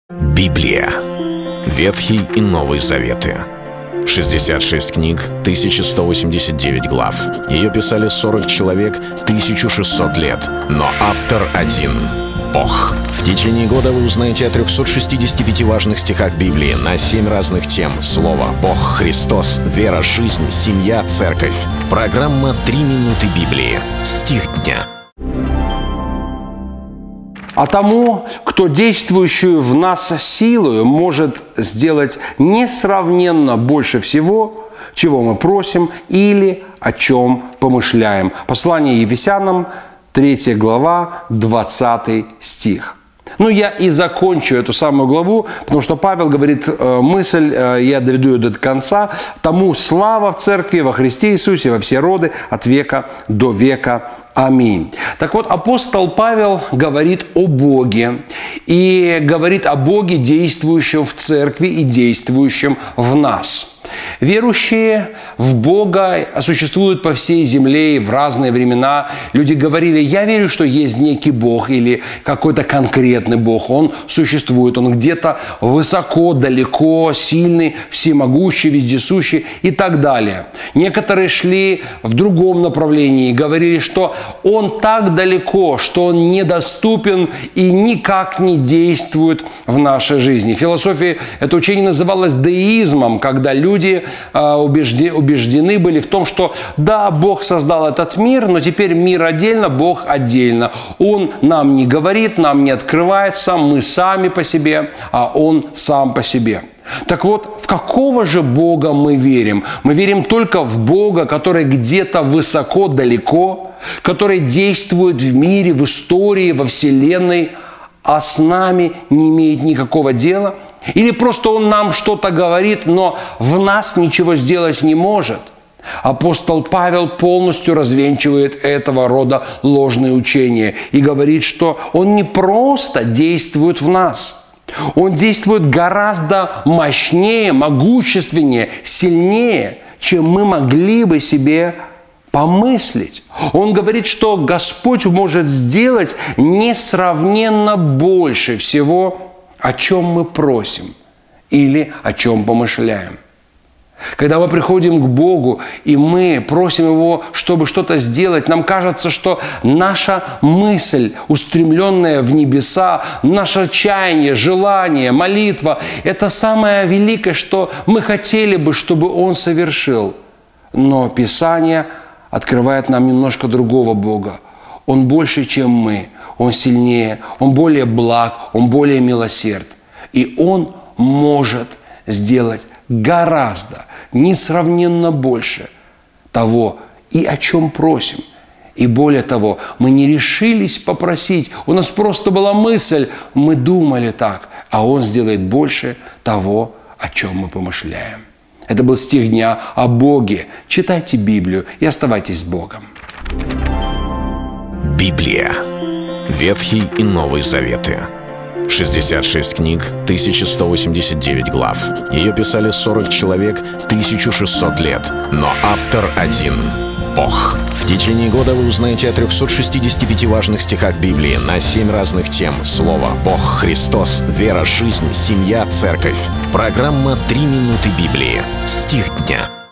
Библия. Ветхий и Новый Заветы. 66 книг, 1189 глав. Ее писали 40 человек, 1600 лет. Но автор один — Бог. В течение года вы узнаете о 365 важных стихах Библии на 7 разных тем. Слово, Бог, Христос, вера, жизнь, семья, церковь. Программа «3 минуты Библии». Стих дня. А тому, кто действующую в нас силою может сделать несравненно больше всего, чего мы просим или о чем помышляем. Послание Ефесянам, 3 глава, 20 стих. Я и закончу эту самую главу, потому что Павел говорит мысль, я доведу ее до конца: «Тому слава в Церкви во Христе Иисусе во все роды, от века до века. Аминь». Так вот, апостол Павел говорит о Боге. И говорит о Боге, действующем в Церкви и действующем в нас. Верующие в Бога существуют по всей земле и в разные времена. Люди говорили: я верю, что есть некий Бог или какой-то конкретный Бог. Он существует, он где-то высоко, далеко, сильный, всемогущий, вездесущий и так далее. Некоторые шли в другом направлении и говорили, что он так далеко, что он недоступен и никак не действует в нашей жизни. В философии это учение называлось деизмом, когда люди убеждены были в том, что да, Бог создал этот мир, но теперь мир отдельно, Бог отдельно. Он нам не говорит, нам не открывается, мы сами по себе, а Он сам по себе. Так вот, в какого же Бога мы верим? Мы верим только в Бога, который где-то высоко, далеко, который действует в мире, в истории, во Вселенной, а с нами не имеет никакого дела? Или просто Он нам что-то говорит, но в нас ничего сделать не может? Апостол Павел полностью развенчивает этого рода ложные учения и говорит, что Он не просто действует в нас. Он действует гораздо мощнее, могущественнее, сильнее, чем мы могли бы себе помыслить. Он говорит, что Господь может сделать несравненно больше всего, о чем мы просим или о чем помышляем. Когда мы приходим к Богу и мы просим Его, чтобы что-то сделать, нам кажется, что наша мысль, устремленная в небеса, наше чаяние, желание, молитва – это самое великое, что мы хотели бы, чтобы Он совершил. Но Писание открывает нам немножко другого Бога. Он больше, чем мы. Он сильнее, Он более благ, Он более милосерд. И Он может сделать гораздо, несравненно больше того, и о чем просим. И более того, мы не решились попросить. У нас просто была мысль, мы думали так, а Он сделает больше того, о чем мы помышляем. Это был стих дня о Боге. Читайте Библию и оставайтесь с Богом. Библия. Ветхий и Новый Заветы. 66 книг, 1189 глав. Ее писали 40 человек, 1600 лет. Но автор один — Бог. В течение года вы узнаете о 365 важных стихах Библии на 7 разных тем. Слово, Бог, Христос, вера, жизнь, семья, церковь. Программа «3 минуты Библии». Стих дня.